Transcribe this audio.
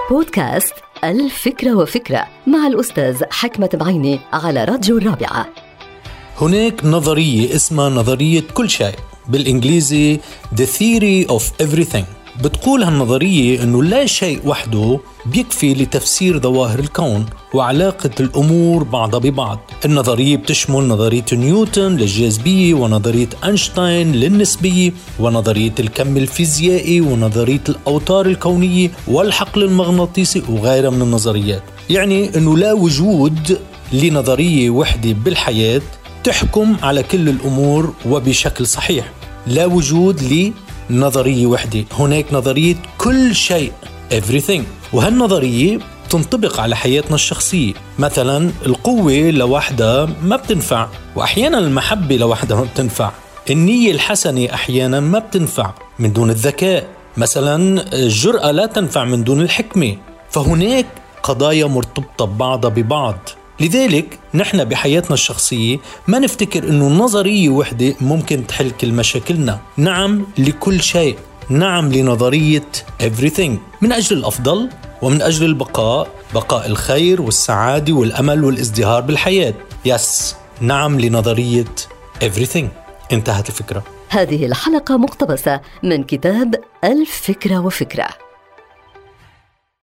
بودكاست الفكرة وفكرة مع الأستاذ حكمة بعيني على راديو الرابعة. هناك نظرية اسمها نظرية كل شيء، بالإنجليزي The Theory of Everything. بتقول هالنظرية أنه لا شيء وحده بيكفي لتفسير ظواهر الكون وعلاقة الأمور بعضها ببعض. النظرية بتشمل نظرية نيوتن للجاذبية، ونظرية أينشتاين للنسبية، ونظرية الكم الفيزيائي، ونظرية الأوتار الكونية والحقل المغناطيسي وغيرها من النظريات. يعني أنه لا وجود لنظرية وحدة بالحياة تحكم على كل الأمور وبشكل صحيح. لا وجود لنظرية وحدة، هناك نظرية كل شيء everything. وهالنظرية تنطبق على حياتنا الشخصية. مثلا القوة لوحدها ما بتنفع، وأحيانا المحبة لوحدها ما بتنفع. النية الحسنة أحيانا ما بتنفع من دون الذكاء. مثلا الجرأة لا تنفع من دون الحكمة. فهناك قضايا مرتبطة ببعضها ببعض. لذلك نحن بحياتنا الشخصية ما نفتكر إنه نظرية وحدة ممكن تحل كل مشاكلنا. نعم لكل شيء، نعم لنظرية everything، من أجل الأفضل ومن أجل بقاء الخير والسعادة والأمل والازدهار بالحياة. يس، نعم لنظرية everything. انتهت الفكرة. هذه الحلقة مقتبسة من كتاب الفكرة وفكرة.